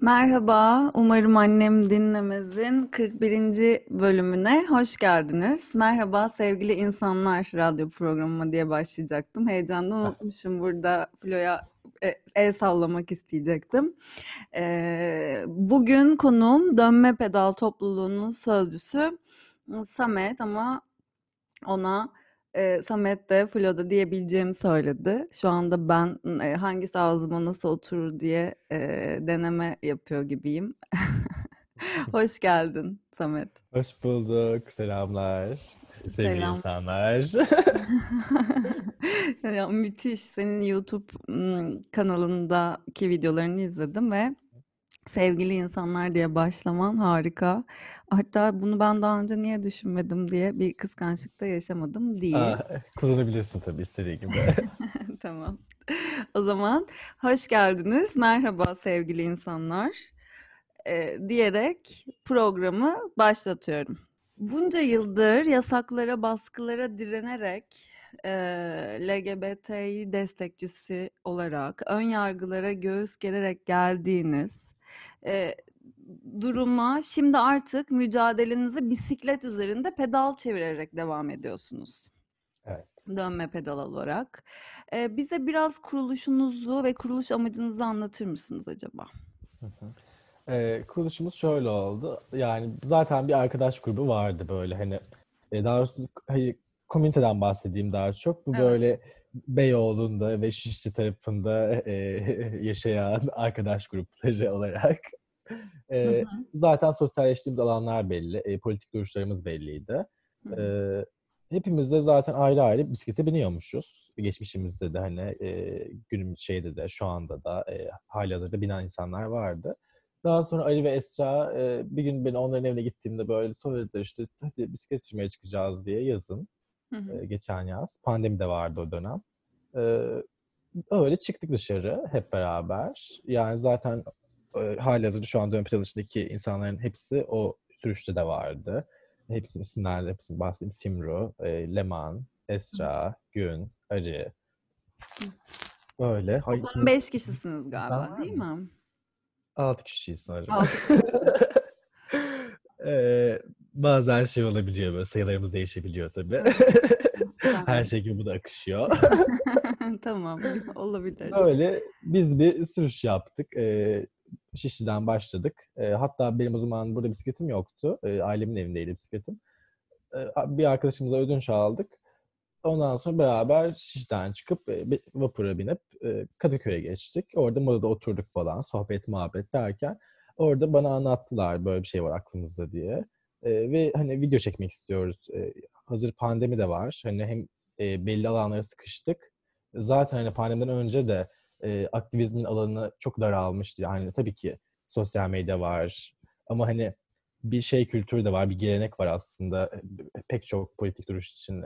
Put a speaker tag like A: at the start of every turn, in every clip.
A: Merhaba, umarım annem dinlemez'in 41. bölümüne hoş geldiniz. Merhaba sevgili insanlar radyo programıma diye başlayacaktım. Heyecandan unutmuşum burada Flo'ya el sallamak isteyecektim. Bugün konuğum Dönme Pedal topluluğunun sözcüsü Samet ama ona Samet de Flo'da diyebileceğimi söyledi. Şu anda ben hangisi ağzıma nasıl oturur diye deneme yapıyor gibiyim. Hoş geldin Samet.
B: Hoş bulduk. Selamlar. Sevgili
A: Selam.
B: insanlar.
A: Ya, müthiş. Senin YouTube kanalındaki videolarını izledim ve sevgili insanlar diye başlaman harika. Hatta bunu ben daha önce niye düşünmedim diye bir kıskançlıkta yaşamadım değil.
B: Aa, kullanabilirsin tabii istediğin gibi.
A: Tamam. O zaman hoş geldiniz. Merhaba sevgili insanlar. Diyerek programı başlatıyorum. Bunca yıldır yasaklara, baskılara direnerek LGBTİ destekçisi olarak ön yargılara göğüs gererek geldiğiniz e, duruma şimdi artık mücadelenizi bisiklet üzerinde pedal çevirerek devam ediyorsunuz.
B: Evet.
A: Dönme pedal olarak. Bize biraz kuruluşunuzu ve kuruluş amacınızı anlatır mısınız acaba?
B: Hı hı. Kuruluşumuz şöyle oldu. Yani zaten bir arkadaş grubu vardı böyle hani daha doğrusu hayır, komüniteden bahsedeyim daha çok. Bu
A: Evet.
B: böyle Beyoğlu'nda ve Şişli tarafında yaşayan arkadaş grupları olarak.
A: Hı
B: E,
A: hı,
B: Zaten sosyalleştiğimiz alanlar belli. Politik duruşlarımız belliydi.
A: hı hı,
B: Hepimiz de zaten ayrı ayrı bisiklete biniyormuşuz. Geçmişimizde de hani günümüz şeyde de şu anda da halihazırda binen insanlar vardı. Daha sonra Ali ve Esra bir gün beni onların evine gittiğimde böyle söylediler işte hadi bisiklet sürmeye çıkacağız diye yazın.
A: hı hı.
B: Geçen yaz. Pandemi de vardı o dönem. E, Öyle çıktık dışarı hep beraber. Yani zaten halihazırda şu anda ön plan dışındaki insanların hepsi o sürüşte de vardı. Hepsinin isimlerle hepsini bahsedeyim. Simru, Leman, Esra, Gün, Arı. Öyle. Hay,
A: Toplam 5 kişisiniz
B: sizden
A: galiba,
B: var
A: değil
B: mı?
A: mi?
B: 6 kişiyiz sanırım.
A: 6 kişisiniz.
B: Bazen şey olabiliyor böyle sayılarımız değişebiliyor tabii.
A: Hı hı.
B: Her
A: Tamam.
B: şey gibi bu da akışıyor.
A: Tamam, olabilir.
B: Böyle biz bir sürüş yaptık. Şişli'den başladık. Hatta benim o zaman burada bisikletim yoktu. Ailemin evindeydi bisikletim. Bir arkadaşımıza ödünç aldık. Ondan sonra beraber Şişli'den çıkıp vapura binip Kadıköy'e geçtik. Orada molada oturduk falan, sohbet muhabbet derken orada bana anlattılar böyle bir şey var aklımızda diye. Ve hani video çekmek istiyoruz. Hazır pandemi de var. Hani hem belli alanlara sıkıştık. Zaten hani pandemiden önce de aktivizmin alanı çok daralmıştı. Yani tabii ki sosyal medya var. Ama hani bir şey kültürü de var, bir gelenek var aslında. Pek çok politik duruş için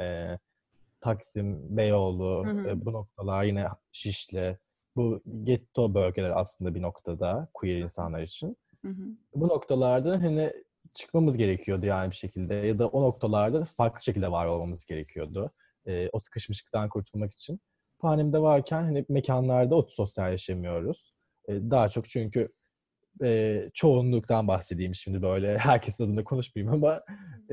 B: Taksim,
A: Hı
B: Beyoğlu,
A: hı,
B: bu noktalar yine Şişli. Bu getto bölgeler aslında bir noktada queer insanlar için.
A: hı hı.
B: Bu noktalarda hani çıkmamız gerekiyordu yani bir şekilde ya da o noktalarda farklı şekilde var olmamız gerekiyordu. O sıkışmışlıktan kurtulmak için. Pandemide varken hani mekanlarda sosyalleşemiyoruz. Daha çok çünkü çoğunluktan bahsedeyim şimdi böyle herkes adına konuşmayayım ama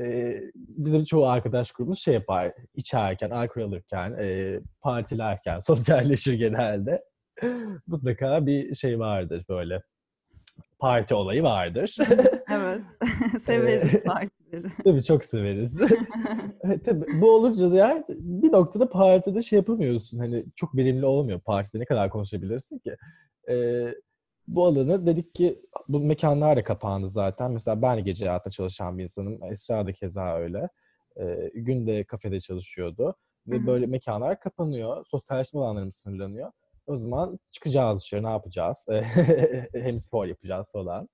B: bizim çoğu arkadaş grubumuz şey yapar içerken, alkol alırken, partilerken sosyalleşir genelde. Mutlaka bir şey vardır böyle parti olayı vardır.
A: Hı hı. Evet. Severiz
B: E,
A: partileri.
B: tabii çok severiz. Evet, tabii bu olunca da yani bir noktada partide şey yapamıyorsun hani çok verimli olmuyor partide ne kadar konuşabilirsin ki. Ee, Bu alanı dedik ki bu mekanlar da kapandı zaten. Mesela ben de gece hayatında çalışan bir insanım. Esra da keza öyle. Gün de kafede çalışıyordu.
A: Hı
B: Ve
A: hı.
B: böyle mekanlar kapanıyor. Sosyalleşme alanlarımız sınırlanıyor. O zaman çıkacağız dışarı ne yapacağız? Hem spor yapacağız falan.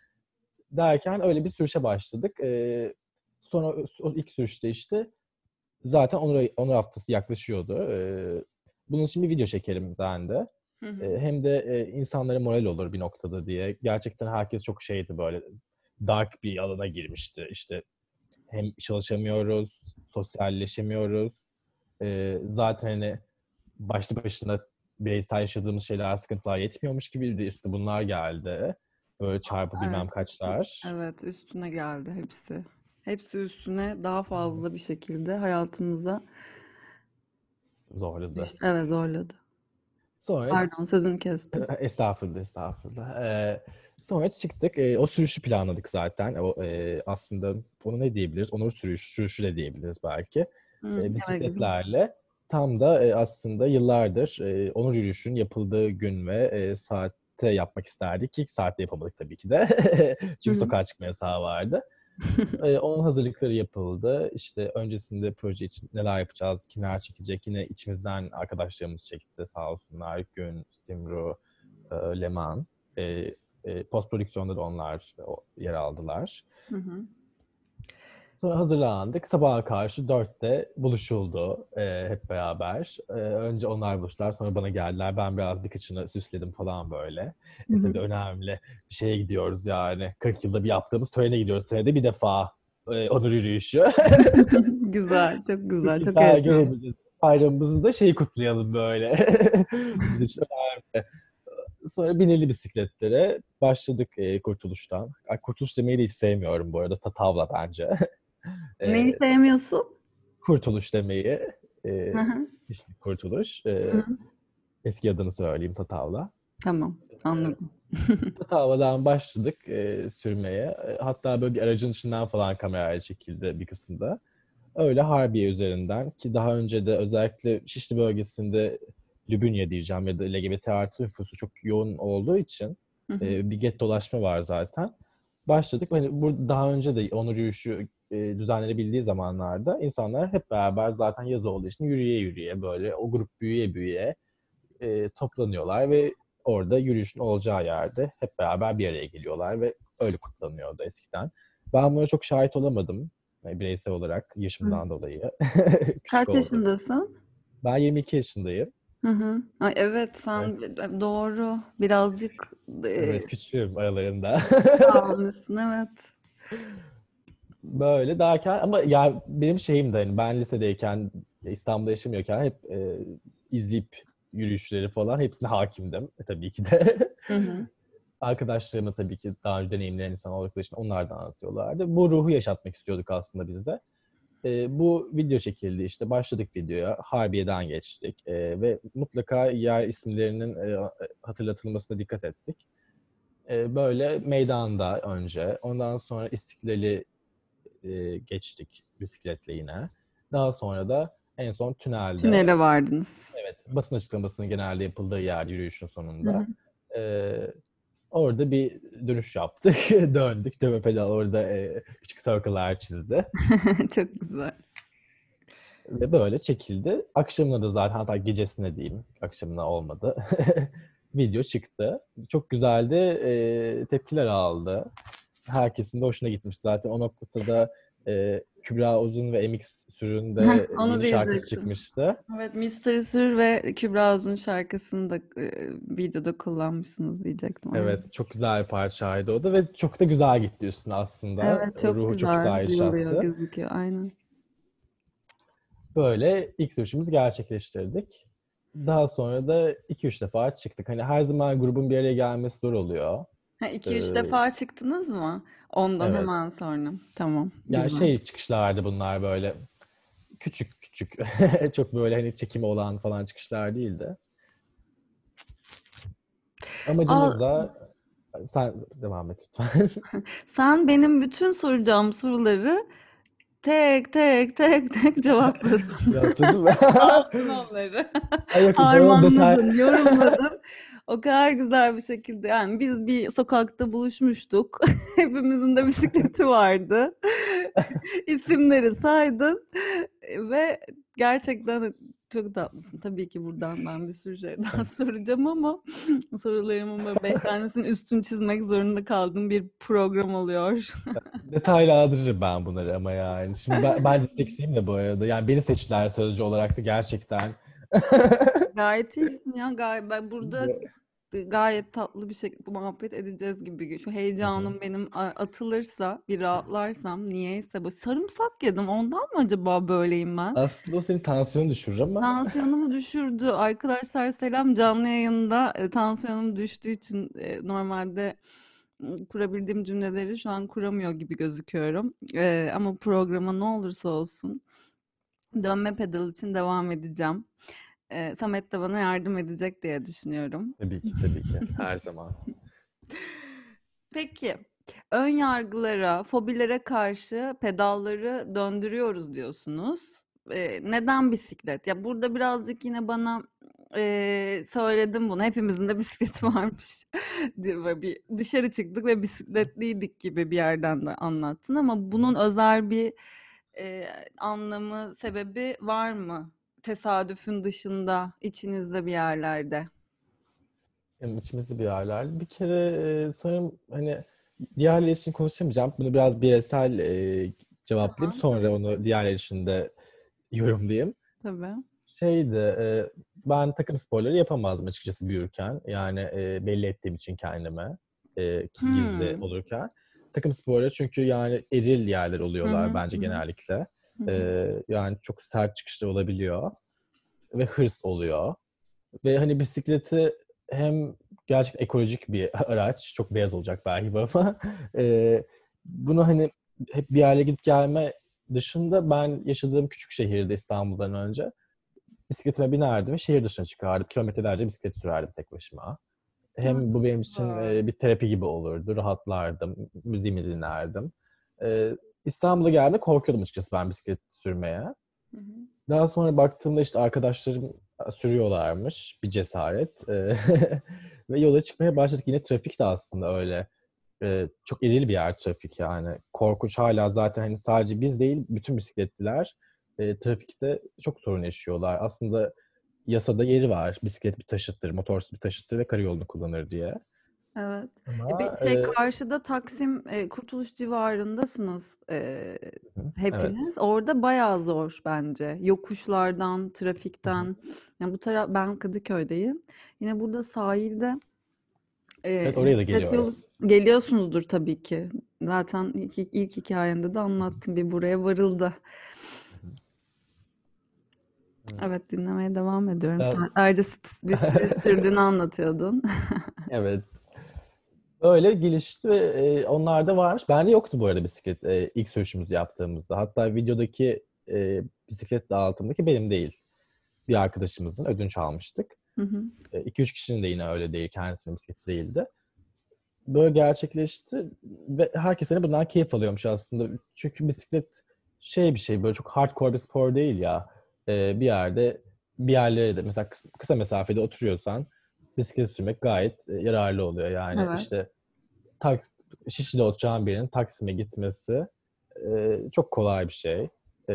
B: Derken öyle bir sürüşe başladık. Sonra o ilk sürüşte işte zaten onur haftası yaklaşıyordu. Bunun için bir video çekelim dendi.
A: Hı hı.
B: Hem de insanlara moral olur bir noktada diye. Gerçekten herkes çok şeydi böyle dark bir alana girmişti. İşte hem çalışamıyoruz, sosyalleşemiyoruz. Zaten hani başlı başına bireysel yaşadığımız şeyler, sıkıntılar yetmiyormuş gibi bir de üstüne bunlar geldi. Böyle çarpı bilmem
A: Evet,
B: kaçlar.
A: evet üstüne geldi hepsi. Hepsi üstüne daha fazla bir şekilde hayatımıza
B: Zorladı.
A: düştü. Evet zorladı.
B: Sonra
A: Pardon sözünü kestim.
B: estağfurullah, estağfurullah. Sonra çıktık. O sürüşü planladık zaten. Aslında onu ne diyebiliriz? Onur sürüşü de diyebiliriz belki.
A: Evet güzel.
B: Bisikletlerle tam da aslında yıllardır onur yürüyüşünün yapıldığı gün ve saatte yapmak isterdik. İlk saatte yapamadık tabii ki de.
A: Hı
B: Çünkü
A: hı.
B: sokağa çıkma yasağı vardı. Onun hazırlıkları yapıldı. İşte öncesinde proje için neler yapacağız, kimler çekecek, yine içimizden arkadaşlarımız çekti sağ olsunlar. Gün, Simru, Leman. Post prodüksiyonda da onlar yer aldılar.
A: Hı hı.
B: Sonra hazırlandık. Sabaha karşı 4'te buluşuldu hep beraber. Önce onlar buluştular, sonra bana geldiler. Ben biraz birkaçını süsledim falan böyle.
A: Hı hı.
B: Tabii önemli bir şeye gidiyoruz yani. 40 yılda bir yaptığımız törene gidiyoruz. Senede bir defa onur yürüyüşü.
A: Güzel, çok
B: 40
A: güzel,
B: yıl
A: çok
B: daha
A: heyecanlı.
B: göremeyeceğiz. Bayramımızı da şeyi kutlayalım böyle. Bizim için önemli. Sonra bineli bisikletlere başladık Kurtuluş'tan. Ay, Kurtuluş demeyi de hiç sevmiyorum bu arada. Tatavla bence.
A: Neyi
B: E,
A: sevmiyorsun?
B: Kurtuluş demeyi.
A: Hı
B: E,
A: hı.
B: işte Kurtuluş.
A: Hı hı.
B: Eski adını söyleyeyim, Tatavla.
A: Tamam,
B: E,
A: anladım.
B: Tatavla'dan başladık sürmeye. Hatta böyle bir aracın içinden falan kamerayla çekildi bir kısımda. Öyle Harbiye üzerinden, ki daha önce de özellikle Şişli bölgesinde Lübnye diyeceğim ya da LGBT artı nüfusu çok yoğun olduğu için
A: Hı hı.
B: bir get dolaşma var zaten. Başladık. Hani daha önce de onur yürüyüşü düzenlenebildiği zamanlarda insanlar hep beraber, zaten yaz olduğu için yürüye yürüye, böyle o grup büyüye büyüye toplanıyorlar ve orada yürüyüşün olacağı yerde hep beraber bir araya geliyorlar ve öyle kutlanıyordu eskiden. Ben buna çok şahit olamadım bireysel olarak,
A: Hı.
B: yaşımdan dolayı. Küçük
A: Kaç
B: olduğum.
A: yaşındasın?
B: Ben 22 yaşındayım.
A: Hı hı. Ay, evet
B: Evet,
A: sen doğru birazcık
B: evet, küçüğüm aralarında.
A: kalmışsın evet.
B: Böyle derken, ama ya benim şeyim de, hani ben lisedeyken, İstanbul'da yaşamıyorken hep izleyip yürüyüşleri falan hepsine hakimdim tabii ki de.
A: Hı hı.
B: Arkadaşlarımla tabii ki daha önce deneyimleyen insan oldukları için onlar da anlatıyorlardı. Bu ruhu yaşatmak istiyorduk aslında biz de. Bu video çekildi, işte başladık videoya. Harbiye'den geçtik ve mutlaka yer isimlerinin hatırlatılmasına dikkat ettik. Böyle meydanda önce, ondan sonra İstiklal'i geçtik bisikletle yine. Daha sonra da en son tünelde,
A: Tünele vardınız.
B: evet, basın açıklamasının genelde yapıldığı yer yürüyüşün
A: Hı hı.
B: sonunda. Ee, Orada bir dönüş yaptık. Döndük. Dövme pedal orada küçük circle'lar çizdi.
A: Çok güzel.
B: Ve böyle çekildi. Akşamına da zaten, hatta gecesine diyeyim, akşamına olmadı. Video çıktı. Çok güzeldi. Tepkiler aldı. Herkesin de hoşuna gitmiş. Zaten o noktada Kübra Uzun ve MX Sür'ün
A: Heh,
B: de
A: onu
B: yeni şarkısı
A: diyecektim.
B: çıkmıştı.
A: Evet, Mr. Sür ve Kübra Uzun şarkısını da videoda kullanmışsınız diyecektim. Aynen.
B: Evet, çok güzel bir parçaydı o da ve çok da güzel gitti üstüne aslında.
A: Evet,
B: O
A: çok
B: ruhu çok
A: güzel
B: güzel
A: duyuluyor,
B: yaşattı.
A: gözüküyor. Aynen.
B: Böyle ilk sürüşümüzü gerçekleştirdik. Daha sonra da 2-3 defa çıktık. Hani her zaman grubun bir araya gelmesi zor oluyor.
A: Ha, iki üç
B: Ee,
A: defa çıktınız mı? Ondan
B: evet.
A: hemen sonra. Tamam,
B: Yani
A: güzel.
B: şey çıkışlardı bunlar, böyle küçük küçük. Çok böyle hani çekimi olan falan çıkışlar değildi.
A: Aa,
B: Amacımız da, sen devam et lütfen.
A: sen benim bütün soracağım soruları tek tek tek tek cevapladın.
B: Yaptın mı?
A: Dağıttın onları.
B: Ay yok, bu arada detay.
A: Harmanladın, yorumladın. O kadar güzel bir şekilde. Yani biz bir sokakta buluşmuştuk. Hepimizin de bisikleti vardı. İsimleri saydın ve gerçekten çok tatlısın. Tabii ki buradan ben bir sürü şey daha soracağım ama sorularımın böyle 5 tanesinin üstünü çizmek zorunda kaldığım bir program oluyor.
B: Detaylandırırım ben bunları ama yani. Şimdi ben disleksiyim de bu arada. Yani beni seçtiler sözcü olarak da gerçekten.
A: Gayet iyisin ya. Gayet, ben burada gayet tatlı bir şekilde muhabbet edeceğiz gibi. Şu
B: Hı hı.
A: heyecanım benim atılırsa, bir rahatlarsam niyeyse bu sarımsak yedim. Ondan mı acaba böyleyim ben?
B: Aslında o senin tansiyonu düşürür ama
A: Tansiyonumu düşürdü. Arkadaşlar selam, canlı yayında tansiyonum düştüğü için normalde kurabildiğim cümleleri şu an kuramıyor gibi gözüküyorum. Ama programa ne olursa olsun dönme pedal için devam edeceğim. Samet de bana yardım edecek diye düşünüyorum.
B: Tabii ki, tabii ki. Her zaman.
A: Peki, ön yargılara, fobilere karşı pedalları döndürüyoruz diyorsunuz. Neden bisiklet? Ya burada birazcık yine bana söyledim bunu. Hepimizin de bisikleti varmış. Böyle bir dışarı çıktık ve bisikletliydik gibi bir yerden de anlattın. Ama bunun özel bir anlamı, sebebi var mı? Tesadüfün dışında, içinizde bir yerlerde.
B: Hem içimizde bir yerler. Bir kere sanırım hani diğerleri için konuşamayacağım. Bunu biraz bireysel cevaplayayım.
A: Tamam,
B: Sonra
A: tabii
B: onu
A: ki.
B: diğerleri için de yorumlayayım.
A: Tabii.
B: Şeydi, ben takım sporları yapamazdım açıkçası büyürken. Yani belli ettiğim için kendime ki gizli
A: Hmm.
B: olurken. Takım sporları çünkü yani eril yerler
A: Hı
B: oluyorlar
A: hı,
B: bence
A: hı hı,
B: genellikle.
A: hı hı.
B: Yani çok sert çıkışlar olabiliyor ve hırs oluyor. Ve hani bisikleti hem gerçekten ekolojik bir araç, çok beyaz olacak belki bu ama bunu hani hep bir yerle gidip gelme dışında ben yaşadığım küçük şehirde İstanbul'dan önce bisikletime binerdim ve şehir dışına çıkardım. Kilometrelerce bisiklet sürerdim tek başıma.
A: Ya,
B: Hem bu
A: çok
B: benim için
A: güzel.
B: bir terapi gibi olurdu. Rahatlardım, müziğimi dinlerdim. E, İstanbul'a geldiğimde korkuyordum açıkçası ben bisiklet sürmeye.
A: Hı hı.
B: Daha sonra baktığımda işte arkadaşlarım sürüyorlarmış. Bir cesaret. Ve yola çıkmaya başladık. Yine trafik de aslında öyle. Çok eril bir yer trafik yani. Korkunç hala zaten hani sadece biz değil bütün bisikletliler trafikte çok sorun yaşıyorlar. Aslında yasada yeri var. Bisiklet bir taşıttır, motorsuz bir taşıttır ve karayolunu kullanır diye.
A: Evet.
B: Ama
A: Karşıda Taksim, Kurtuluş civarındasınız
B: evet.
A: hepiniz. Orada bayağı zor bence. Yokuşlardan,
B: Hı hı.
A: trafikten. Yani bu taraf ben Kadıköy'deyim. Yine burada sahilde
B: Evet oraya da
A: bisiklet yolu
B: geliyoruz.
A: geliyorsunuzdur tabii ki. Zaten ilk hikayende de
B: Hı hı.
A: anlattım bir buraya varıldı.
B: Hı hı. Evet.
A: Evet dinlemeye devam ediyorum.
B: Ya-
A: Saatlerce bisiklet sürdüğünü anlatıyordun.
B: Evet. Öyle gelişti ve onlar da varmış. Bende yoktu bu arada bisiklet ilk sürüşümüzü yaptığımızda. Hatta videodaki bisikletle altındaki benim değil. Bir arkadaşımızın ödünç almıştık.
A: Hı hı.
B: 2-3 kişinin de yine öyle değil. Kendisinin bisikleti değildi. Böyle gerçekleşti ve herkes hani bundan keyif alıyormuş aslında. Çünkü bisiklet şey bir şey böyle çok hardcore bir spor değil ya. Bir yerde bir yerlere de mesela kısa mesafede oturuyorsan bisiklet sürmek gayet yararlı oluyor. Yani
A: Evet.
B: işte tak, Şişli'de oturacağın birinin Taksim'e gitmesi çok kolay bir şey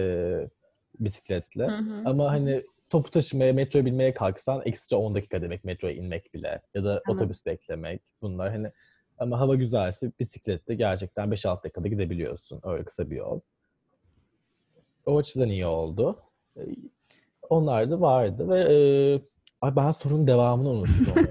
A: Hı
B: bisikletle.
A: hı.
B: Ama
A: Hı hı.
B: hani toplu taşımaya, metro binmeye kalksan ekstra 10 dakika demek metroya inmek bile. Ya da
A: Evet.
B: otobüs beklemek. Bunlar hani ama hava güzelse bisikletle gerçekten 5-6 dakikada gidebiliyorsun. Öyle kısa bir yol. O açıdan iyi oldu. E, Onlar da vardı ve ay ben sorunun devamını unuttum.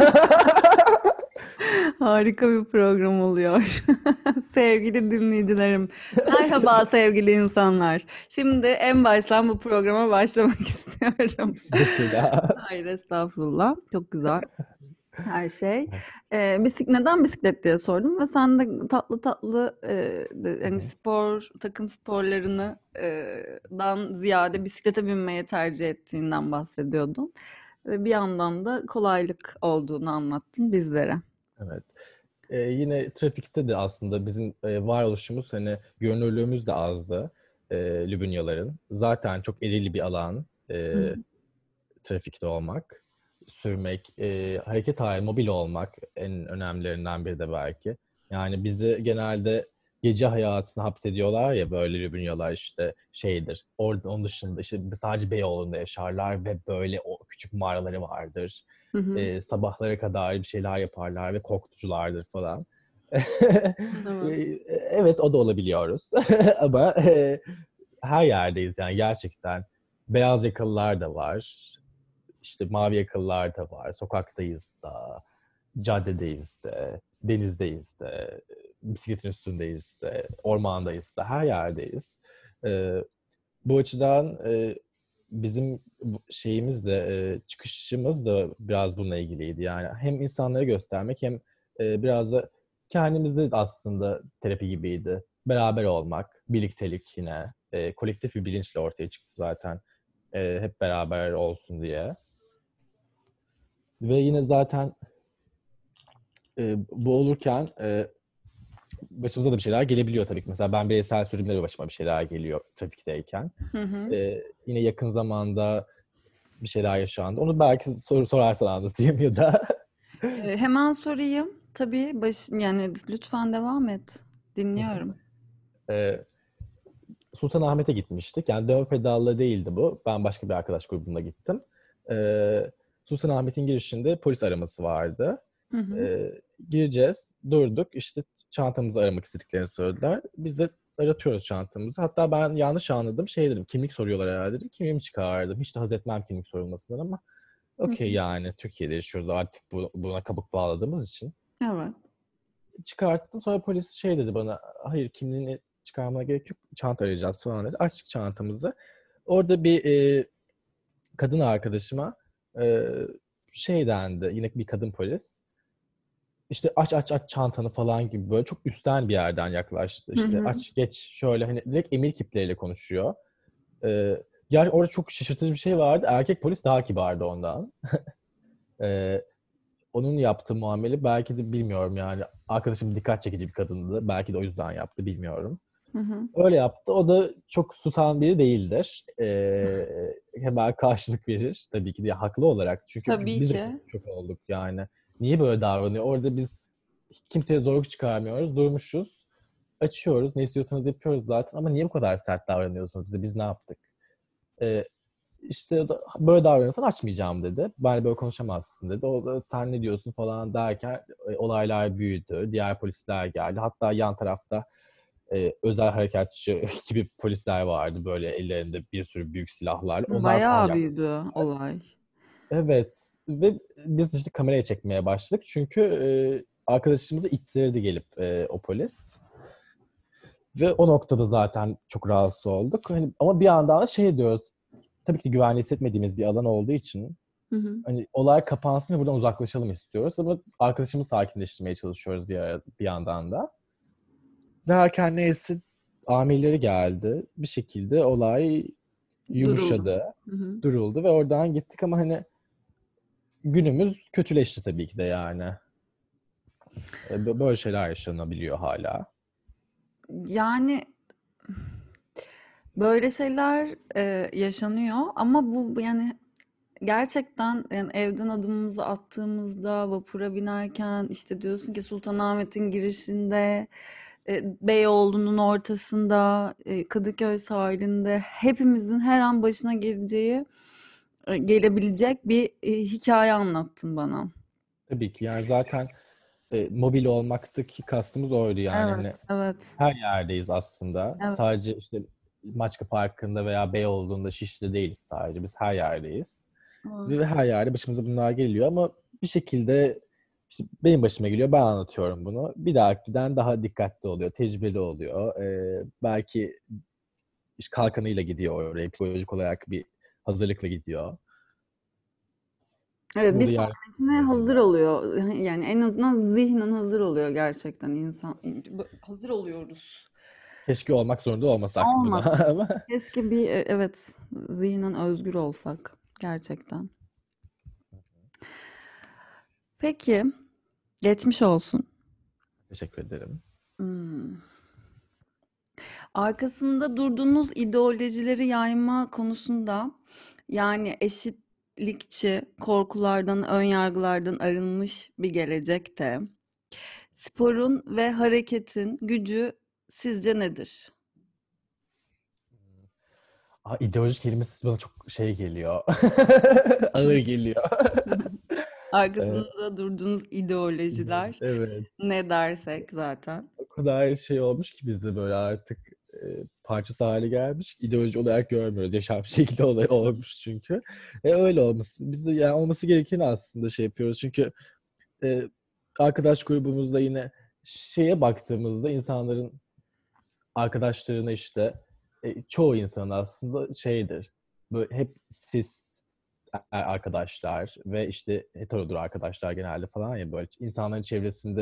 A: Harika bir program oluyor. Sevgili dinleyicilerim. Merhaba sevgili insanlar. Şimdi en baştan bu programa başlamak istiyorum.
B: Mesela.
A: Hayır estağfurullah. Çok güzel her şey. Neden bisiklet diye sordum ve sen de tatlı tatlı hani spor, takım sporlarını dan ziyade bisiklete binmeye tercih ettiğinden bahsediyordun. Ve bir yandan da kolaylık olduğunu anlattın bizlere.
B: Evet. Yine trafikte de aslında bizim varoluşumuz hani görünürlüğümüz de azdı Lübnyaların. Zaten çok eril bir alan
A: Hı hı.
B: trafikte olmak, sürmek, hareket hali, mobil olmak en önemlilerinden biri de belki. Yani bizi genelde gece hayatına hapsediyorlar ya böyle Lübnyalar işte şeydir. Orada onun dışında işte sadece Beyoğlu'nda yaşarlar ve böyle o küçük mağaraları vardır.
A: Hı hı.
B: Sabahlara kadar bir şeyler yaparlar ve korkutuculardır falan.
A: Evet.
B: Evet o da olabiliyoruz. Ama her yerdeyiz yani gerçekten. Beyaz yakalılar da var. İşte mavi yakalılar da var. Sokaktayız da, caddedeyiz de, denizdeyiz de, bisikletin üstündeyiz de, ormandayız da, her yerdeyiz. Ee, Bu açıdan bizim şeyimiz de, çıkışımız da biraz bununla ilgiliydi. Yani hem insanlara göstermek hem biraz da kendimizde aslında terapi gibiydi. Beraber olmak, birliktelik yine. Kolektif bir bilinçle ortaya çıktı zaten. Hep beraber olsun diye. Ve yine zaten bu olurken başımıza da bir şeyler gelebiliyor tabii ki. Mesela ben bireysel sürümde başıma bir şeyler geliyor trafikteyken.
A: Hı hı.
B: Yine yakın zamanda bir şeyler yaşandı. Onu belki sorarsan anlatayım ya da
A: Hemen sorayım. Tabii yani lütfen devam et. Dinliyorum.
B: e, Sultanahmet'e gitmiştik. Yani dövme pedalla değildi bu. Ben başka bir arkadaş grubumla gittim. E, Sultanahmet'in girişinde polis araması vardı.
A: Hı hı.
B: E, Gireceğiz. Durduk. İşte çantamızı aramak istediklerini söylediler. Biz de aratıyoruz çantamızı. Hatta ben yanlış anladım. Şey dedim, kimlik soruyorlar herhalde dedim. Kimliğimi çıkardım. Hiç de haz etmem kimlik sorulmasından ama
A: Hı
B: okey
A: hı.
B: yani Türkiye'de yaşıyoruz artık buna kabuk bağladığımız için.
A: Evet.
B: Çıkarttım. Sonra polis şey dedi bana, hayır kimliğini çıkarmana gerek yok. Çanta arayacağız falan dedi. Açtık çantamızı. Orada bir kadın arkadaşıma e, şey dendi. Yine bir kadın polis. İşte aç aç aç çantanı falan gibi böyle çok üstten bir yerden yaklaştı.
A: Hı
B: İşte
A: hı.
B: aç geç şöyle hani direkt emir kipleriyle konuşuyor. Yani orada çok şaşırtıcı bir şey vardı. Erkek polis daha kibardı ondan. E, Onun yaptığı muamele belki de bilmiyorum yani. Arkadaşım dikkat çekici bir kadındı. Belki de o yüzden yaptı bilmiyorum.
A: Hı hı.
B: Öyle yaptı. O da çok susan biri değildir. Hemen karşılık verir. Tabii ki de haklı olarak. Çünkü
A: Tabii
B: biz de
A: ki.
B: çok olduk yani. Niye böyle davranıyor? Orada biz kimseye zorluk çıkarmıyoruz. Durmuşuz. Açıyoruz. Ne istiyorsanız yapıyoruz zaten. Ama niye bu kadar sert davranıyorsunuz bize? Biz ne yaptık? Ee, işte böyle davranırsan açmayacağım dedi. Ben böyle konuşamazsın dedi. O da sen ne diyorsun falan derken olaylar büyüdü. Diğer polisler geldi. Hatta yan tarafta özel harekatçı gibi polisler vardı böyle ellerinde bir sürü büyük silahlar. Onlar falan
A: Bayağı
B: yaklaştı.
A: büyüdü olay.
B: Evet ve biz işte kameraya çekmeye başladık çünkü arkadaşımızı ittirdi gelip o polis. Ve o noktada zaten çok rahatsız olduk. Hani, ama bir yandan da şey diyoruz. Tabii ki güvenli hissetmediğimiz bir alan olduğu için
A: Hı hı.
B: hani olay kapansın ve buradan uzaklaşalım istiyoruz. Ama arkadaşımızı sakinleştirmeye çalışıyoruz bir yandan da. Derken neyse amirleri geldi. Bir şekilde olay
A: Duruldu.
B: yumuşadı,
A: Hı hı.
B: duruldu ve oradan gittik ama hani günümüz kötüleşti tabii ki de yani. Böyle şeyler yaşanabiliyor hala.
A: Yani böyle şeyler yaşanıyor ama bu yani gerçekten yani evden adımımızı attığımızda vapura binerken işte diyorsun ki Sultanahmet'in girişinde Beyoğlu'nun ortasında Kadıköy sahilinde hepimizin her an başına gelebilecek bir hikaye anlattın bana.
B: Tabii ki yani zaten mobil olmaktaki kastımız oydu yani
A: Evet,
B: hani
A: evet,
B: her yerdeyiz aslında.
A: evet.
B: Sadece işte Maçka Parkı'nda veya Beyoğlu'nda, Şişli'de değiliz sadece. Biz her yerdeyiz.
A: Evet.
B: Ve her yerde başımıza bunlar geliyor ama bir şekilde işte benim başıma geliyor. Ben anlatıyorum bunu. Bir dahakiden daha dikkatli oluyor, tecrübeli oluyor. Belki işte kalkanıyla gidiyor oraya. Psikolojik olarak bir hazırlıkla gidiyor.
A: Evet, bir
B: Burada yer
A: sonrakine
B: en
A: hazır
B: azından.
A: oluyor. Yani en azından zihnen hazır oluyor gerçekten insan. Hazır oluyoruz.
B: Keşke olmak zorunda olmasak buna
A: Olmasa.
B: ama
A: Keşke evet, zihnen özgür olsak gerçekten. Peki, geçmiş olsun.
B: teşekkür ederim.
A: Hmm. Arkasında durduğunuz ideolojileri yayma konusunda yani eşitlikçi, korkulardan, önyargılardan arınmış bir gelecekte sporun ve hareketin gücü sizce nedir?
B: İdeoloji kelimesi bana çok şey geliyor. Ağır geliyor. Ee,
A: Arkasında durduğunuz ideolojiler
B: evet.
A: ne dersek zaten.
B: O kadar şey olmuş ki bizde böyle artık parçası hale gelmiş. İdeoloji olarak görmüyoruz. Yaşam şekli olay olmuş çünkü. Öyle olması. Biz de yani olması gerekeni aslında şey yapıyoruz. Çünkü e, arkadaş grubumuzda yine şeye baktığımızda insanların arkadaşlarına işte çoğu insanın aslında şeydir. Böyle hep cis arkadaşlar ve işte heterodur arkadaşlar genelde falan ya böyle insanların çevresinde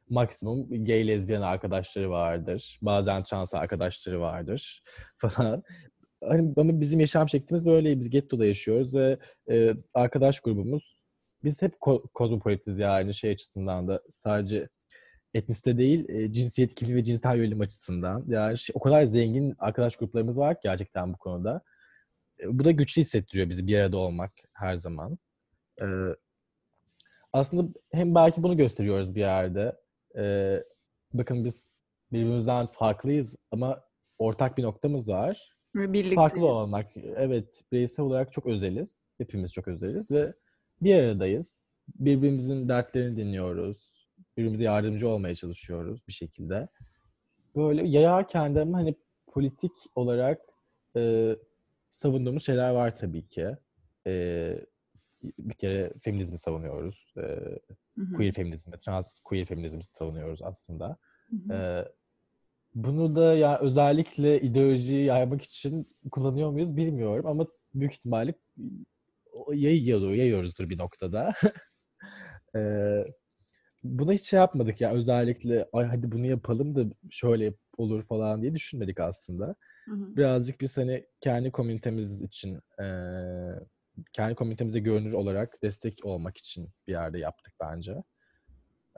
B: maksimum gay lezbiyen arkadaşları vardır. Bazen trans arkadaşları vardır falan. Hani ama bizim yaşam şeklimiz böyle. Biz gettoda yaşıyoruz ve arkadaş grubumuz biz hep kozmopolitiz yani şey açısından da sadece etnisite değil, cinsiyet kimliği ve cinsel yönelim açısından. Yani o kadar zengin arkadaş gruplarımız var ki gerçekten bu konuda. Bu da güçlü hissettiriyor bizi bir arada olmak her zaman. E, Aslında hem belki bunu gösteriyoruz bir yerde. E, Bakın biz birbirimizden farklıyız ama ortak bir noktamız var.
A: Ve
B: Farklı
A: birlikteyiz.
B: olmak. Evet, bireysel olarak çok özeliz. Hepimiz çok özeliz ve bir aradayız. Birbirimizin dertlerini dinliyoruz. Birbirimize yardımcı olmaya çalışıyoruz bir şekilde. Böyle yayarken de ama hani politik olarak e, savunduğumuz şeyler var tabii ki. E, Bir kere feminizmi savunuyoruz.
A: Hı hı.
B: Queer feminizmi, trans queer feminizmi savunuyoruz aslında.
A: Hı hı.
B: E, Bunu da ya özellikle ideolojiyi yaymak için kullanıyor muyuz bilmiyorum ama büyük ihtimalle yayıyoruzdur bir noktada. Ee, Buna hiç şey yapmadık ya özellikle ay hadi bunu yapalım da şöyle olur falan diye düşünmedik aslında.
A: Hı hı.
B: Birazcık biz hani kendi komünitemiz için kendi komünitemize görünür olarak destek olmak için bir yerde yaptık bence. Ee,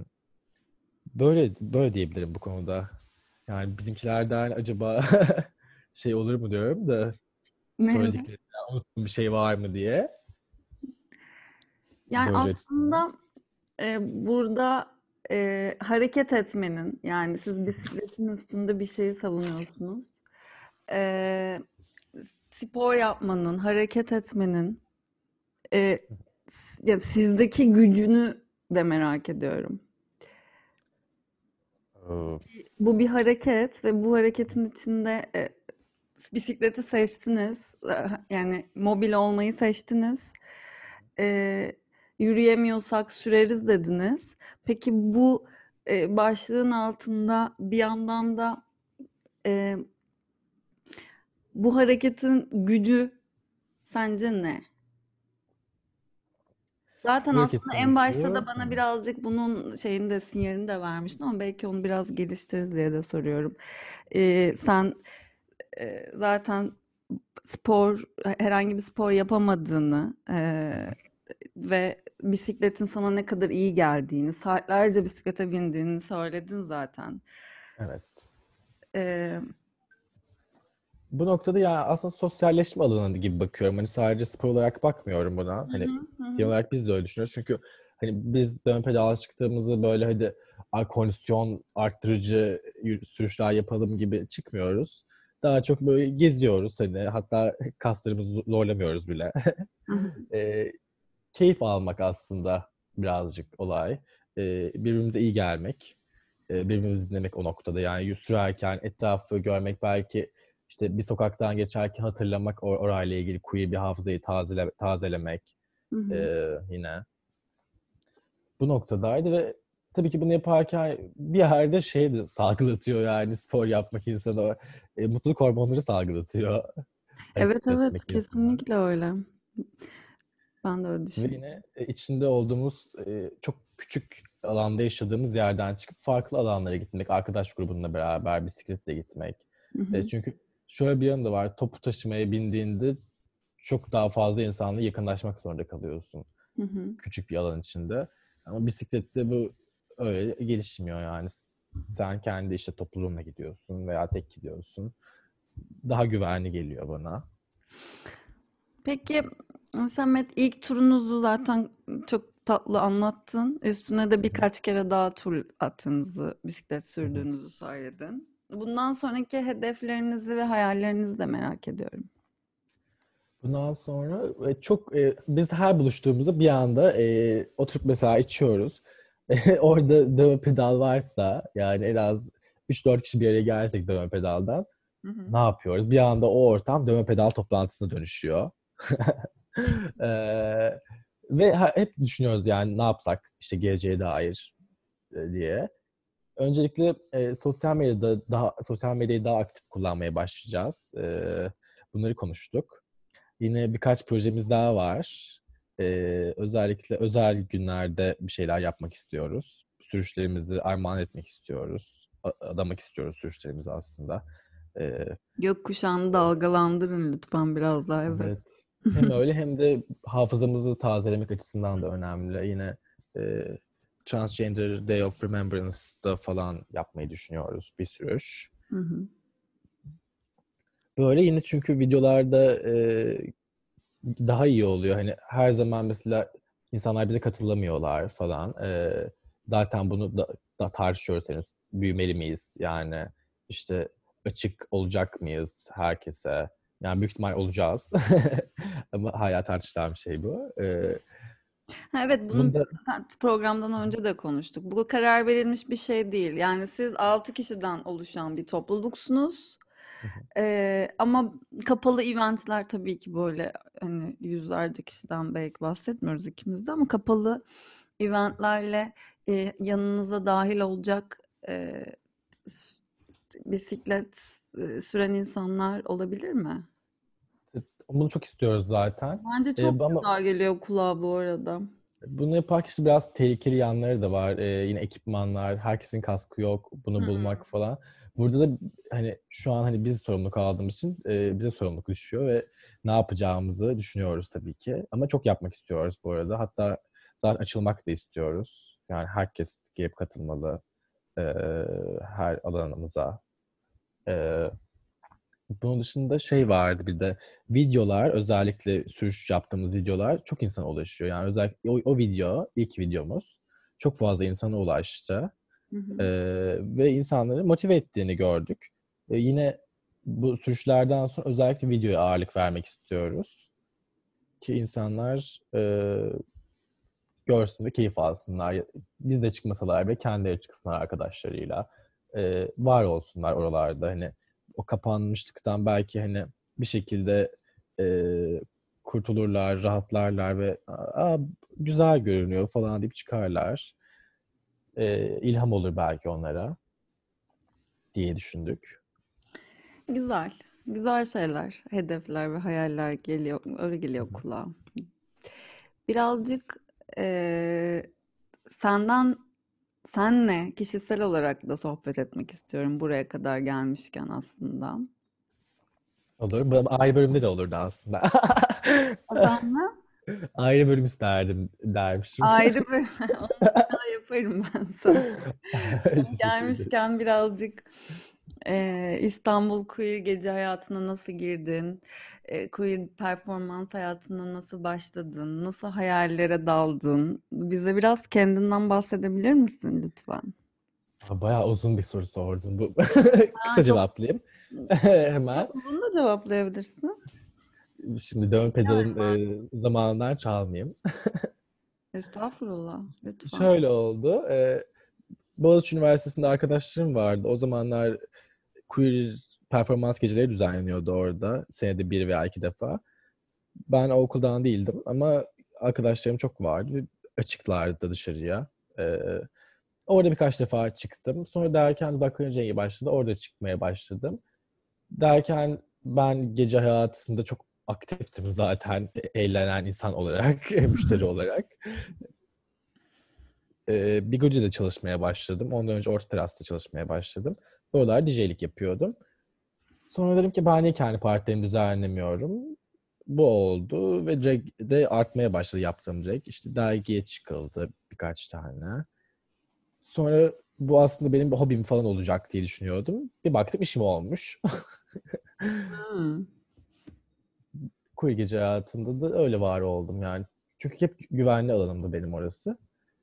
B: böyle diyebilirim bu konuda. Yani bizimkilerden acaba şey olur mu diyorum da
A: Ne?
B: söylediklerimden unuttuğum bir şey var mı diye.
A: Yani
B: Proje açısından.
A: aslında burada hareket etmenin, yani siz bisikletin üstünde bir şeyi savunuyorsunuz. E, Spor yapmanın, hareket etmenin, e, yani sizdeki gücünü de merak ediyorum.
B: Ee,
A: Bu bir hareket ve bu hareketin içinde bisikleti seçtiniz. Yani mobil olmayı seçtiniz. Yürüyemiyorsak süreriz dediniz. Peki bu başlığın altında bir yandan da e, bu hareketin gücü sence ne? Zaten
B: Bu
A: aslında
B: hareketin
A: en başta
B: gücü
A: da bana birazcık bunun şeyini de sinyalini de vermiştin ama belki onu biraz geliştiririz diye de soruyorum. Sen zaten herhangi bir spor yapamadığını ve bisikletin sana ne kadar iyi geldiğini, saatlerce bisiklete bindiğini söyledin zaten.
B: evet.
A: Eee,
B: Bu noktada ya aslında sosyalleşme alanı gibi bakıyorum. Hani sadece spor olarak bakmıyorum buna.
A: Hı
B: Hani
A: hı, hı
B: genel
A: hı,
B: olarak biz de öyle düşünüyoruz. Çünkü hani biz dön pedala çıktığımızda böyle hadi kondisyon arttırıcı sürüşler yapalım gibi çıkmıyoruz. Daha çok böyle geziyoruz hani hatta kaslarımızı zorlamıyoruz bile.
A: hı hı,
B: E, Keyif almak aslında birazcık olay. Birbirimize iyi gelmek. Birbirimizi dinlemek o noktada. Yani sürerken etrafı görmek belki işte bir sokaktan geçerken hatırlamak orayla ilgili queer bir hafızayı tazelemek
A: hı hı.
B: yine. Bu noktadaydı ve tabii ki bunu yaparken bir yerde şey de salgılatıyor yani spor yapmak insana mutluluk hormonları salgılatıyor.
A: Evet
B: Hareket
A: evet
B: etmek insana.
A: kesinlikle öyle. Ben de öyle
B: Ve
A: düşünüyorum.
B: yine içinde olduğumuz çok küçük alanda yaşadığımız yerden çıkıp farklı alanlara gitmek, arkadaş grubunla beraber bisikletle gitmek.
A: Hı hı,
B: Çünkü şöyle bir yanı da var, topu taşımaya bindiğinde çok daha fazla insanla yakınlaşmak zorunda kalıyorsun
A: hı hı.
B: küçük bir alan içinde. Ama bisiklette bu öyle gelişmiyor yani. Sen kendi işte topluluğunla gidiyorsun veya tek gidiyorsun. Daha güvenli geliyor bana.
A: Peki Samet, ilk turunuzu zaten çok tatlı anlattın. Üstüne de birkaç kere daha tur attığınızı, bisiklet sürdüğünüzü söyledin. Bundan sonraki hedeflerinizi ve hayallerinizi de merak ediyorum.
B: Bundan sonra biz her buluştuğumuzda bir anda oturup mesela içiyoruz. Orada dövme pedal varsa yani en az 3-4 kişi bir araya gelsek dövme pedaldan
A: Hı hı.
B: ne yapıyoruz? Bir anda o ortam dövme pedal toplantısına dönüşüyor. E, Ve hep düşünüyoruz yani ne yapsak işte geleceğe dair diye. Öncelikle sosyal medyayı daha aktif kullanmaya başlayacağız. Bunları konuştuk. Yine birkaç projemiz daha var. Özellikle özel günlerde bir şeyler yapmak istiyoruz. sürüşlerimizi armağan etmek istiyoruz. Adamak istiyoruz sürüşlerimizi aslında. E,
A: Gökkuşağını dalgalandırın lütfen biraz daha, evet.
B: evet. Hem öyle hem de hafızamızı tazelemek açısından da önemli. Yine e, Transgender Day of Remembrance'da falan yapmayı düşünüyoruz bir sürüş.
A: Hı hı.
B: Böyle yine çünkü videolarda daha iyi oluyor. Hani her zaman mesela insanlar bize katılamıyorlar falan. Zaten bunu da tartışıyoruz henüz. Büyümeli miyiz? Yani işte açık olacak mıyız herkese? Yani büyük ihtimal olacağız. Ama hala tartışılan bir şey bu.
A: Ha, evet, bunu
B: Bunda
A: programdan önce de konuştuk. Bu karar verilmiş bir şey değil. Yani siz 6 kişiden oluşan bir topluluksunuz. Ama kapalı eventler tabii ki böyle hani yüzlerce kişiden belki bahsetmiyoruz ikimiz de, ama kapalı eventlerle yanınıza dahil olacak e, s- bisiklet süren insanlar olabilir mi?
B: bunu çok istiyoruz zaten.
A: Bence çok
B: Ama
A: güzel geliyor kulağa bu arada.
B: bunu yaparken işte biraz tehlikeli yanları da var. Yine ekipmanlar, herkesin kaskı yok, bunu bulmak falan. Burada da hani şu an hani biz sorumluluk aldığımız için bize sorumluluk düşüyor ve ne yapacağımızı düşünüyoruz tabii ki. Ama çok yapmak istiyoruz bu arada. Hatta zaten açılmak da istiyoruz. Yani herkes gelip katılmalı e, her alanımıza. E, Bunun dışında şey vardı bir de videolar, özellikle sürüş yaptığımız videolar çok insana ulaşıyor. Yani özellikle o video, ilk videomuz çok fazla insana ulaştı.
A: Hı hı.
B: Ve insanları motive ettiğini gördük. Yine bu sürüşlerden sonra özellikle videoya ağırlık vermek istiyoruz. Ki insanlar görsün ve keyif alsınlar. Biz de çıkmasalar bile kendileri çıksınlar arkadaşlarıyla. Var olsunlar oralarda. Hani o kapanmışlıktan belki hani bir şekilde e, kurtulurlar, rahatlarlar ve güzel görünüyor falan deyip çıkarlar. İlham olur belki onlara diye düşündük.
A: Güzel. Güzel şeyler, hedefler ve hayaller geliyor. Öyle
B: Hı
A: geliyor
B: hı.
A: kulağa. Birazcık eee, senden senle kişisel olarak da sohbet etmek istiyorum buraya kadar gelmişken aslında.
B: Olur. Bu ayrı bölümde de olurdu aslında.
A: Efendim?
B: Ayrı bölüm isterdim dermişim.
A: Ayrı bir onu bir daha yaparım ben sana.
B: Teşekkür ederim.
A: Gelmişken birazcık İstanbul Queer gece hayatına nasıl girdin? Queer performans hayatına nasıl başladın? Nasıl hayallere daldın? Bize biraz kendinden bahsedebilir misin lütfen?
B: Bayağı uzun bir soru sordun. Bu
A: Ha,
B: kısa cevaplayayım. Hemen.
A: çok uzun da cevaplayabilirsin.
B: Şimdi dön pedalın zamanından çalmayayım.
A: Estağfurullah, lütfen.
B: Şöyle oldu. Boğaziçi Üniversitesi'nde arkadaşlarım vardı. O zamanlar queer performans geceleri düzenleniyordu orada. Senede bir veya iki defa. Ben o okuldan değildim ama arkadaşlarım çok vardı ve açıklardı da dışarıya. Ee, Orada birkaç defa çıktım. Sonra derken dudaklarınca iyi başladı. Orada çıkmaya başladım. Derken ben gece hayatında çok aktiftim zaten eğlenen insan olarak, müşteri olarak. Bigoji'de çalışmaya başladım. Ondan önce Orta Teras'ta çalışmaya başladım. Oralar DJ'lik yapıyordum. Sonra dedim ki ben niye kendi partilerimi düzenlemiyorum? Bu oldu ve drag de artmaya başladı yaptığım drag. İşte dergiye çıkıldı birkaç tane. Sonra bu aslında benim bir hobim falan olacak diye düşünüyordum. Bir baktım işim olmuş.
A: Hmm.
B: Queer gece hayatında da öyle var oldum yani. Çünkü hep güvenli alanımdı benim orası.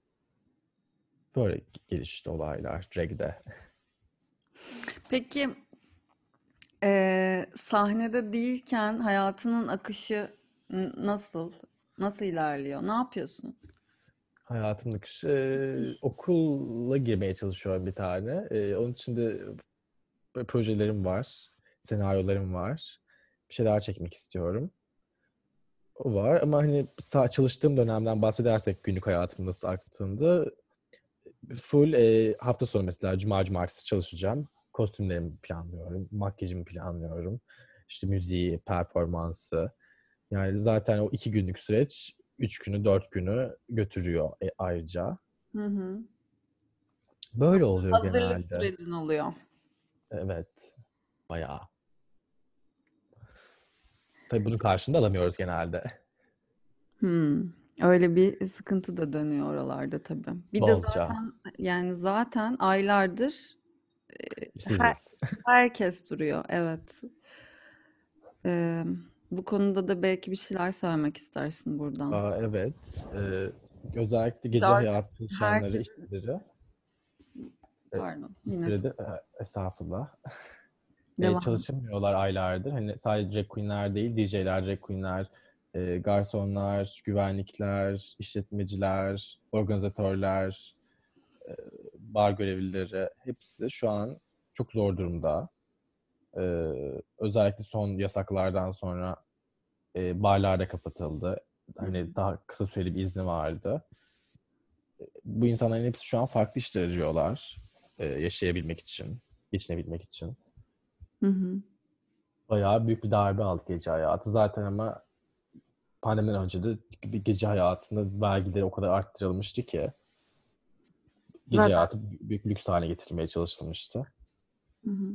B: Böyle gelişti olaylar drag'de.
A: Peki sahnede değilken hayatının akışı nasıl? Nasıl ilerliyor? Ne yapıyorsun?
B: Hayatımın akışı okulla girmeye çalışıyorum bir tane. Onun için de projelerim var, senaryolarım var. Bir şeyler çekmek istiyorum. O var ama hani çalıştığım dönemden bahsedersek günlük hayatım nasıl aktığında full hafta sonu mesela cuma cumartesi çalışacağım. Kostümlerimi planlıyorum, makyajımı planlıyorum. İşte müziği, performansı. Yani zaten o 2 günlük süreç 3 günü, 4 günü götürüyor ayrıca.
A: Hı hı.
B: Böyle oluyor
A: Hazırlık
B: genelde.
A: sürecin oluyor.
B: Evet, bayağı. Tabii bunun karşılığını alamıyoruz genelde.
A: Hmm. Öyle bir sıkıntı da dönüyor oralarda tabii. Bir de
B: Bolca.
A: zaten yani zaten aylardır her,
B: İşsiziz.
A: herkes duruyor. Evet. Ee, Bu konuda da belki bir şeyler söylemek istersin buradan.
B: Evet. Ee, Özellikle gece
A: Artık
B: hayatı çalışanları,
A: herkesin,
B: işçileri
A: pardon,
B: bir
A: yine
B: sürede estağfurullah
A: devam.
B: çalışamıyorlar aylardır. Hani sadece drag queenler değil, DJ'ler, drag queenler, garsonlar, güvenlikler, işletmeciler, organizatörler, e, bar görevlileri hepsi şu an çok zor durumda. Özellikle son yasaklardan sonra barlar da kapatıldı.
A: Hı hı.
B: Hani daha kısa süreli bir izni vardı. Bu insanların hepsi şu an farklı işler arıyorlar. Yaşayabilmek için, geçinebilmek için.
A: Hı hı.
B: Bayağı büyük bir darbe aldı gece hayatı. Zaten ama pandemiden önce de bir gece hayatında vergileri o kadar arttırılmıştı ki gece
A: Zaten.
B: hayatı büyük bir lüks hale getirilmeye çalışılmıştı.
A: Hı hı.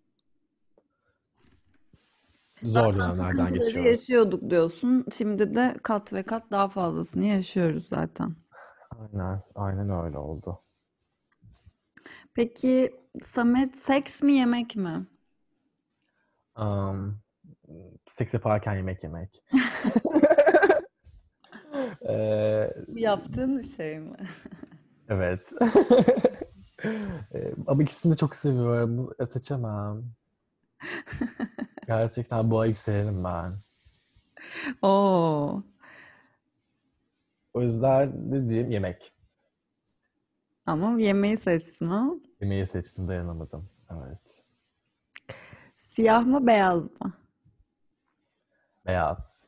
B: Zor
A: Zaten
B: dönemlerden
A: sıkıntıları
B: geçiyoruz.
A: yaşıyorduk diyorsun. Şimdi de kat ve kat daha fazlasını yaşıyoruz zaten.
B: Aynen, aynen öyle oldu.
A: Peki Samet, seks mi yemek mi?
B: Um, Seks yaparken yemek yemek. Ee,
A: Bu yaptığın bir şey mi?
B: evet. Ama ikisini de çok seviyorum. Seçemem. Gerçekten boğa yükselenim ben.
A: Oo.
B: O yüzden dediğim yemek.
A: Ama yemeği seçsin ha.
B: Yemeği seçtim, dayanamadım. Evet.
A: Siyah mı beyaz mı?
B: Beyaz.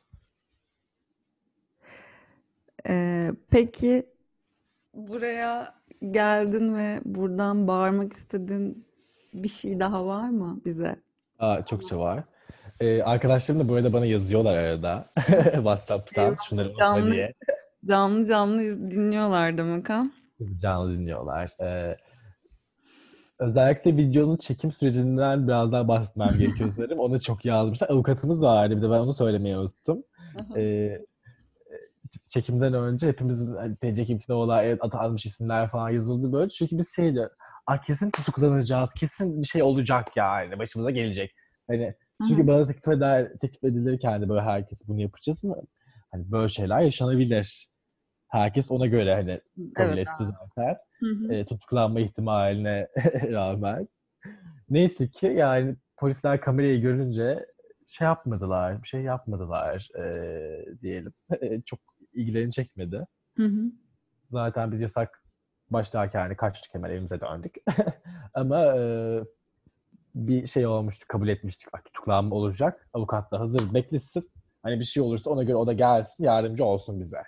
A: Peki buraya geldin ve buradan bağırmak istediğin bir şey daha var mı bize?
B: Aa, çokça var. Arkadaşlarım da bu arada bana yazıyorlar arada. WhatsApp'tan
A: Eyvah.
B: şunları unutma diye.
A: Canlı canlı dinliyorlar demek ha?
B: Canlı dinliyorlar. Özellikle videonun çekim sürecinden biraz daha bahsetmem gerekiyor sanırım. Onu çok yazmışlar. Avukatımız vardı, bir de ben onu söylemeyi unuttum. Ee, Çekimden önce hepimizin hani, TC kimlikte olan evet, atanmış isimler falan yazıldı böyle. Çünkü biz şeydi, kesin tutuklanacağız, kesin bir şey olacak yani, başımıza gelecek. Hani
A: Hı
B: çünkü
A: hı.
B: bana teklif edilirken de böyle herkes bunu yapacağız mı? Hani böyle şeyler yaşanabilir. Herkes ona göre hani kabul
A: Evet
B: etti
A: abi.
B: zaten.
A: Hı hı.
B: Tutuklanma ihtimaline rağmen. Neyse ki yani polisler kamerayı görünce şey yapmadılar, bir şey yapmadılar diyelim. Çok ilgilerini çekmedi.
A: Hı hı.
B: Zaten biz yasak başlarken hani kaçtık, hemen evimize döndük. Ama bir şey olmuştu, kabul etmiştik. Bak tutuklanma olacak, avukat da hazır beklesin. Hani bir şey olursa ona göre o da gelsin, yardımcı olsun bize.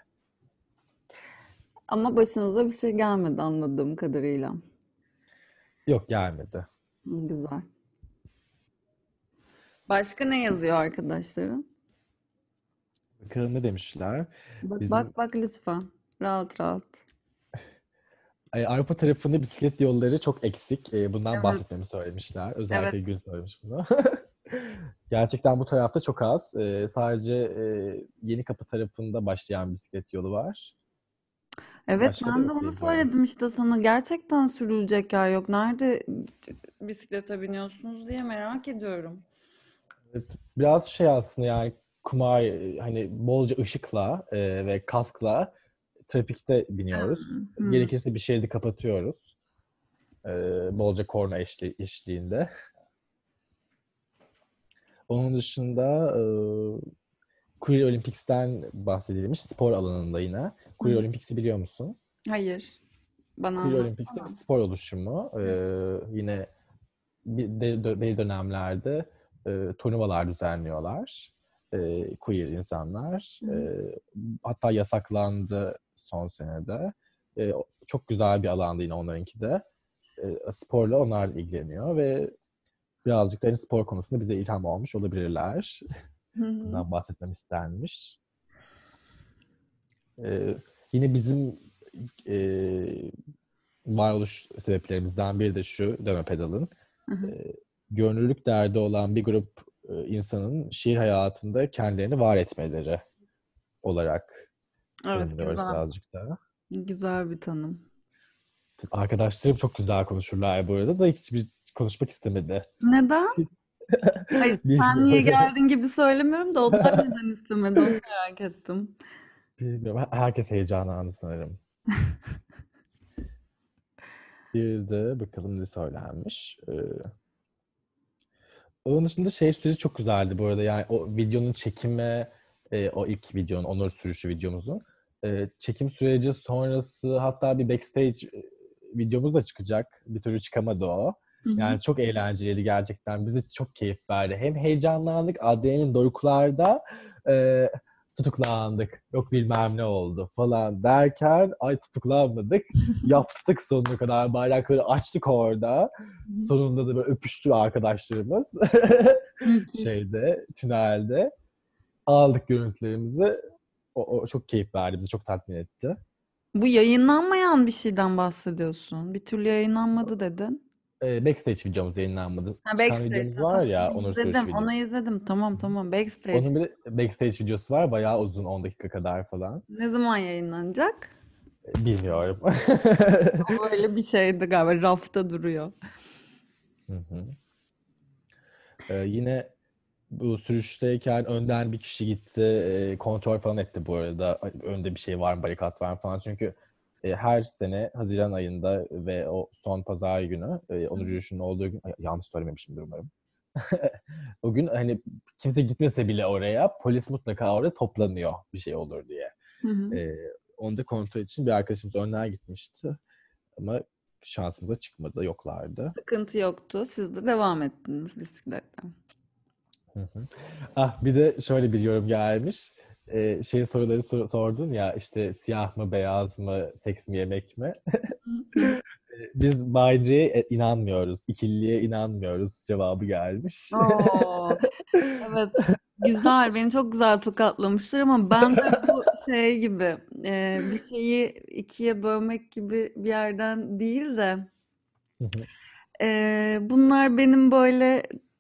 A: Ama başınıza bir şey gelmedi anladığım kadarıyla.
B: Yok, gelmedi.
A: Hı, güzel. Başka ne yazıyor arkadaşların?
B: Bakalım ne demişler.
A: Bak
B: Bizim
A: bak bak lütfen. Rahat rahat.
B: Avrupa tarafında bisiklet yolları çok eksik. Bundan
A: Evet,
B: bahsetmemi söylemişler.
A: evet.
B: Özellikle Gül söylemiş bunu. Gerçekten bu tarafta çok az. Sadece Yenikapı tarafında başlayan bisiklet yolu var.
A: Evet
B: Başka da
A: ben de
B: yok
A: onu
B: diye biliyorum.
A: söyledim işte sana. Gerçekten sürülecek yer yok. Nerede bisiklete biniyorsunuz diye merak ediyorum.
B: Evet, biraz şey aslında yani kumar, hani bolca ışıkla ve kaskla trafikte biniyoruz.
A: Hmm, hmm.
B: Gerekirse bir şeridi kapatıyoruz. Bolca korna eşliğinde. Onun dışında Queer Olympics'ten bahsedilmiş spor alanında yine.
A: Hı
B: Queer
A: hı.
B: Olympics'i biliyor musun?
A: Hayır. Bana
B: Queer Olympics de bir
A: anlatsana.
B: spor oluşumu. Yine belli dönemlerde turnuvalar düzenliyorlar. Queer insanlar.
A: Hı hı.
B: Hatta yasaklandı son senede. Çok güzel bir alandı yine onlarınki de. Sporla onlar ilgileniyor ve birazcık da hani spor konusunda bize ilham olmuş olabilirler.
A: Hı hı.
B: Bundan bahsetmem istenmiş. Ee, Yine bizim e, varoluş sebeplerimizden biri de şu dövme pedalın.
A: Hı hı.
B: E, Gönüllülük derdi olan bir grup insanın şiir hayatında kendilerini var etmeleri olarak
A: Evet,
B: tanımlıyoruz
A: güzel.
B: birazcık daha.
A: Güzel bir tanım.
B: Arkadaşlarım çok güzel konuşurlar bu arada da hiçbir konuşmak istemedi.
A: Neden? Hayır, sen niye
B: Bilmiyorum.
A: geldin gibi söylemiyorum da onlar neden istemedi onu merak ettim.
B: Bilmiyorum. Herkes heyecanlandı sanırım. Bir de bakalım ne söylenmiş. Onun dışında şey süreci çok güzeldi bu arada. Yani o videonun çekimi, o ilk videonun, onur sürüşü videomuzun. Çekim süreci sonrası hatta bir backstage videomuz da çıkacak. Bir türlü çıkamadı o.
A: Hı hı.
B: Yani çok eğlenceliydi gerçekten. Bize çok keyif verdi. Hem heyecanlandık, adrenalin doruklarda e, tutuklandık. Yok bilmem ne oldu falan derken ay tutuklanmadık. Yaptık sonuna kadar. Bayrakları açtık orada. Sonunda da böyle öpüştü arkadaşlarımız.
A: Müthiş.
B: Şeyde, tünelde. Aldık görüntülerimizi. O çok keyif verdi. Bizi çok tatmin etti.
A: Bu yayınlanmayan bir şeyden bahsediyorsun. Bir türlü yayınlanmadı dedin.
B: Backstage videomuz yayınlanmadı.
A: Ha,
B: Çıkan
A: backstage.
B: videomuz
A: Ha,
B: var
A: tamam, onu
B: ya, onur
A: izledim.
B: sürüş video.
A: Onu izledim. Tamam tamam. Backstage.
B: Onun bir de backstage videosu var. Bayağı uzun, 10 dakika kadar falan.
A: Ne zaman yayınlanacak?
B: Bilmiyorum.
A: O öyle bir şeydi galiba. Rafta duruyor.
B: Hı hı. Yine bu sürüşteyken önden bir kişi gitti, kontrol falan etti bu arada. Önde bir şey var mı, barikat var mı falan. Çünkü her sene Haziran ayında ve o son pazar günü, onur yürüyüşünün olduğu gün, yanlış söylememişimdir umarım. O gün hani kimse gitmese bile oraya, polis mutlaka orada toplanıyor bir şey olur diye.
A: Hı hı.
B: E, Onu da kontrol için bir arkadaşımız önden gitmişti. Ama şansımıza çıkmadı, yoklardı.
A: Sıkıntı yoktu. Siz de devam ettiniz bisikletle.
B: Hı hı. Ah bir de şöyle bir yorum gelmiş. Şey soruları sordun ya işte siyah mı beyaz mı seks mi yemek mi?
A: Hı hı.
B: Biz binary'e inanmıyoruz. İkililiğe inanmıyoruz cevabı gelmiş.
A: Oo, evet. Güzel. Beni çok güzel tokatlamıştır ama ben de bu şey gibi bir şeyi ikiye bölmek gibi bir yerden değil de
B: Hı hı.
A: bunlar benim böyle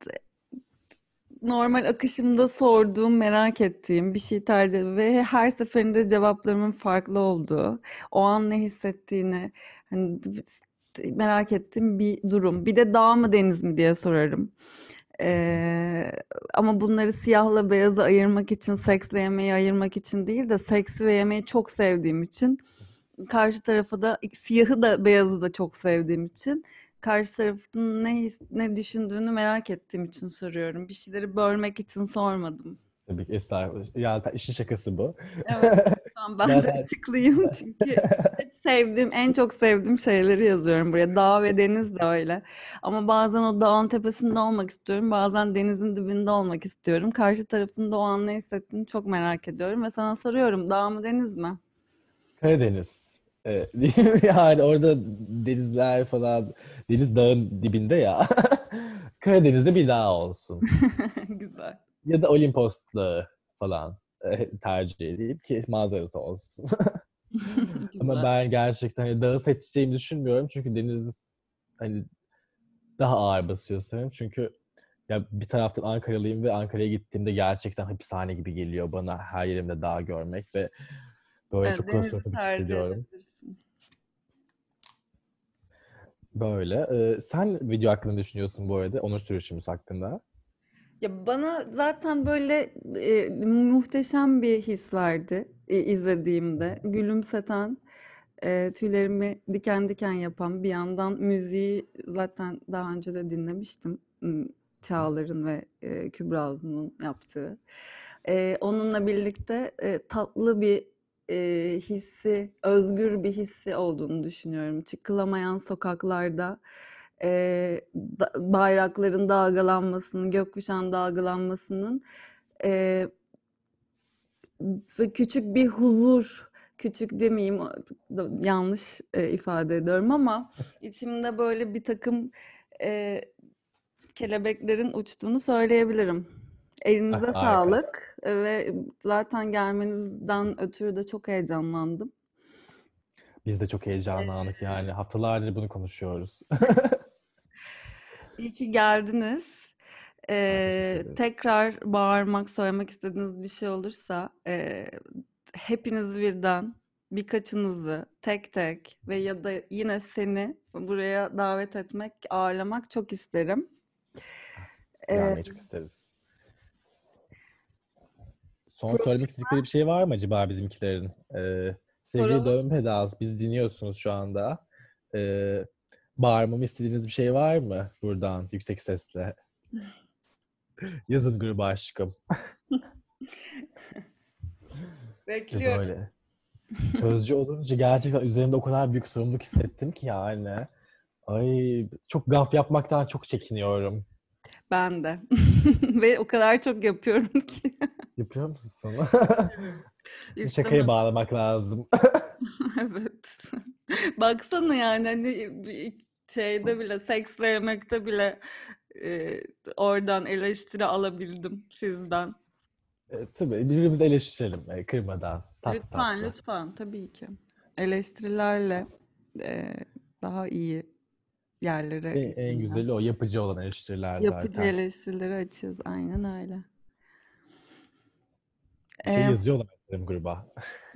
A: normal akışımda sorduğum, merak ettiğim bir şey tercih ve her seferinde cevaplarımın farklı olduğu, o an ne hissettiğini hani merak ettiğim bir durum. Bir de dağ mı deniz mi diye sorarım. Ee, Ama bunları siyahla beyazı ayırmak için, seksle yemeği ayırmak için değil de seksi ve yemeği çok sevdiğim için karşı tarafa da siyahı da beyazı da çok sevdiğim için karşı tarafın ne düşündüğünü merak ettiğim için soruyorum. Bir şeyleri bölmek için sormadım.
B: Tabii ki estağfurullah. Ya işin şakası bu.
A: Evet, tamam ben de
B: Zaten
A: açıklayayım çünkü hep sevdiğim, en çok sevdiğim şeyleri yazıyorum buraya. Dağ ve deniz de öyle. Ama bazen o dağın tepesinde olmak istiyorum, bazen denizin dibinde olmak istiyorum. Karşı tarafında o an ne hissettiğini çok merak ediyorum ve sana soruyorum, dağ mı deniz mi?
B: Karadeniz. Yani orada denizler falan, deniz dağın dibinde ya. Karadeniz'de bir dağ olsun.
A: Güzel.
B: Ya da Olimpos Dağı falan tercih edeyim ki manzarası olsun. Ama
A: Güzel.
B: ben gerçekten hani dağı seçeceğimi düşünmüyorum. Çünkü deniz hani daha ağır basıyor sanırım. Çünkü ya bir taraftan Ankaralıyım ve Ankara'ya gittiğimde gerçekten hapishane gibi geliyor bana her yerimde dağ görmek ve böyle
A: Evet,
B: çok
A: denizi
B: klostrofobik
A: tercih
B: hissediyorum.
A: edebilirsin.
B: Böyle. Sen video hakkında ne düşünüyorsun bu arada? Onur sürüşümüz hakkında.
A: Ya bana zaten böyle muhteşem bir his verdi izlediğimde. Gülümseten, tüylerimi diken diken yapan bir yandan müziği zaten daha önce de dinlemiştim. Çağlar'ın ve Kübra Özün'ün yaptığı. Onunla birlikte tatlı bir hissi, özgür bir hissi olduğunu düşünüyorum. Çıkılamayan sokaklarda bayrakların dalgalanmasının, gökkuşağın dalgalanmasının e, ve küçük bir huzur, küçük demeyeyim yanlış ifade ediyorum ama içimde böyle bir takım e, kelebeklerin uçtuğunu söyleyebilirim.
B: Ah,
A: Elinize
B: harika.
A: sağlık ve zaten gelmenizden ötürü de çok heyecanlandım.
B: Biz de çok heyecanlandık yani. Haftalardır bunu konuşuyoruz.
A: İyi ki geldiniz.
B: Teşekkür ederiz.
A: Tekrar bağırmak, söylemek istediğiniz bir şey olursa hepiniz birden, birkaçınızı tek tek ve ya da yine seni buraya davet etmek, ağırlamak çok isterim. Ee,
B: Gelmeyi çok isteriz. Son
A: pro-
B: söylemek istedikleri bir şey var mı acaba bizimkilerin? Sevgili
A: Soralım.
B: Dövme Pedal, bizi dinliyorsunuz şu anda. Ee, Bağırmamı istediğiniz bir şey var mı buradan yüksek sesle? Yazın grubu aşkım. İşte
A: Bekliyorum.
B: böyle. Sözcü olunca gerçekten üzerimde o kadar büyük sorumluluk hissettim ki yani. Ay, çok gaf yapmaktan çok çekiniyorum.
A: Ben de. Ve o kadar çok yapıyorum ki.
B: Yapıyor musun? Bir şakaya
A: İstemem.
B: bağlamak lazım.
A: Evet. Baksana yani hani şeyde bile seks ve yemekte bile e, oradan eleştiri alabildim sizden.
B: Tabii birbirimizi eleştirelim kırmadan. Tatlı
A: Lütfen,
B: tatlı.
A: lütfen tabii ki. Eleştirilerle e, daha iyi yerlere
B: En
A: geleceğim.
B: güzeli o yapıcı olan eleştiriler
A: Yapıcı
B: zaten.
A: eleştirileri açığız. Aynen öyle.
B: Bir şey
A: E,
B: yazıyorlar sanırım gruba.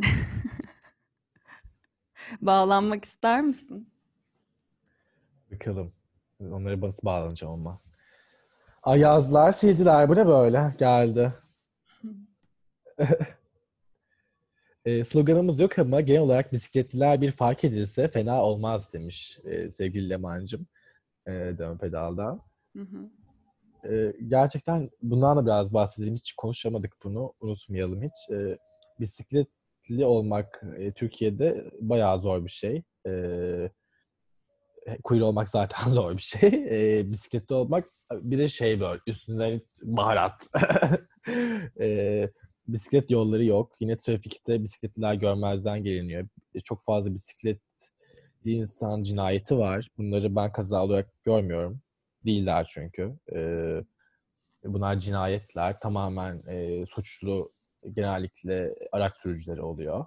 A: Bağlanmak ister misin?
B: Bakalım. Onlara nasıl bağlanacağım ama. Ayazlar sildiler. Bu ne böyle? Geldi. Sloganımız yok ama genel olarak bisikletliler bir fark edilse fena olmaz demiş sevgili Leman'cığım Dön Pedal'dan.
A: Hı hı.
B: Gerçekten bundan da biraz bahsedelim. Hiç konuşamadık bunu. Unutmayalım hiç. Bisikletli olmak Türkiye'de bayağı zor bir şey. Queer olmak zaten zor bir şey. Bisikletli olmak bir de şey böyle üstünden baharat. Bisiklet yolları yok. Yine trafikte bisikletliler görmezden geliniyor. Çok fazla bisikletli insan cinayeti var. Bunları ben kaza olarak görmüyorum. Değiller çünkü. Bunlar cinayetler. Tamamen suçlu genellikle araç sürücüleri oluyor.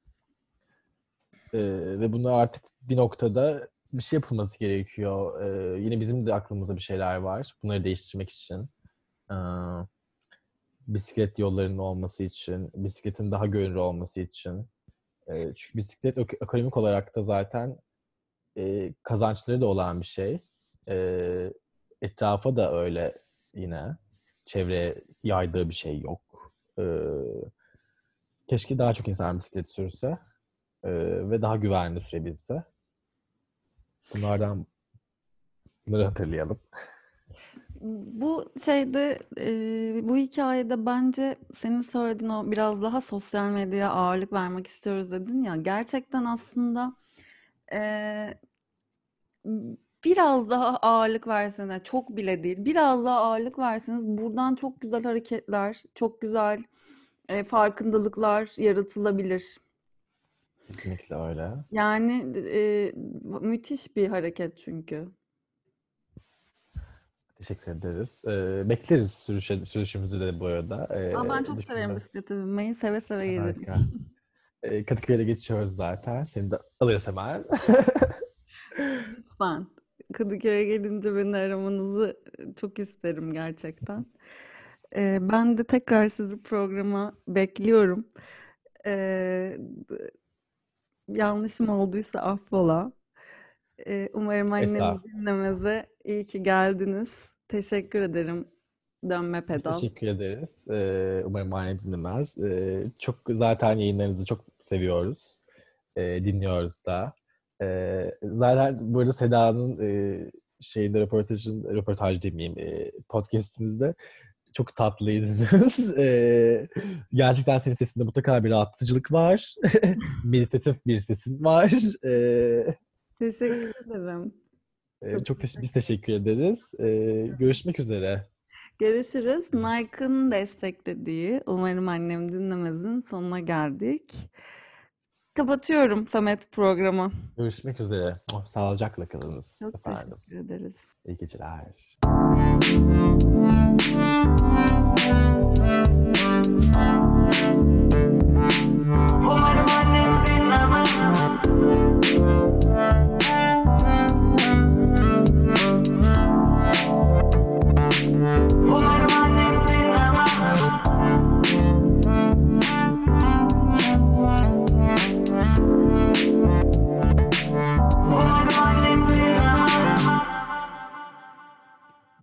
B: Ve bunlar artık bir noktada bir şey yapılması gerekiyor. Yine bizim de aklımızda bir şeyler var. Bunları değiştirmek için. Ee, Bisiklet yollarının olması için, bisikletin daha görünür olması için. Çünkü bisiklet ekonomik olarak da zaten kazançları da olan bir şey. Etrafa da öyle yine. Çevreye yaydığı bir şey yok. Keşke daha çok insan bisiklet sürse ve daha güvenli sürebilse. Bunlardan bunları hatırlayalım.
A: Bu şeyde, bu hikayede bence senin söylediğin o biraz daha sosyal medyaya ağırlık vermek istiyoruz dedin ya. Gerçekten aslında eee, biraz daha ağırlık versene, çok bile değil, biraz daha ağırlık verseniz buradan çok güzel hareketler, çok güzel farkındalıklar yaratılabilir.
B: Kesinlikle öyle.
A: Yani müthiş bir hareket çünkü.
B: Teşekkür ederiz. Bekleriz sürüşümüzü de bu arada.
A: Ama ben çok severim
B: Düşünüyoruz.
A: bisiklete binmeyi, seve seve gelirim.
B: Harika. Kadıköy'de geçiyoruz zaten. Seni de alırız hemen.
A: Lütfen. Kadıköy'e gelince beni aramanızı çok isterim gerçekten. Ben de tekrar sizi programa bekliyorum. Yanlışım olduysa affola. Umarım annemi
B: Estağfurullah.
A: dinlemeze iyi ki geldiniz. Teşekkür ederim. Dönme
B: Biz
A: pedal.
B: teşekkür ederiz. Umarım aile dinlemez. Çok zaten yayınlarınızı çok seviyoruz. Dinliyoruz da. Zaten bu arada Seda'nın şeyinde röportaj demeyeyim podcastinizde çok tatlıydınız. Gerçekten senin sesinde mutlaka bir rahatlatıcılık var. Meditatif bir sesin var.
A: Teşekkür ederim. Çok
B: Biz
A: teşekkür.
B: teşekkür ederiz. Görüşmek üzere.
A: Görüşürüz. Nike'ın desteklediği Umarım Annem Dinlemez'in sonuna geldik. Kapatıyorum Samet programı.
B: Görüşmek üzere. Oh, sağlıcakla kalınız
A: Çok
B: efendim.
A: teşekkür ederiz.
B: İyi geceler.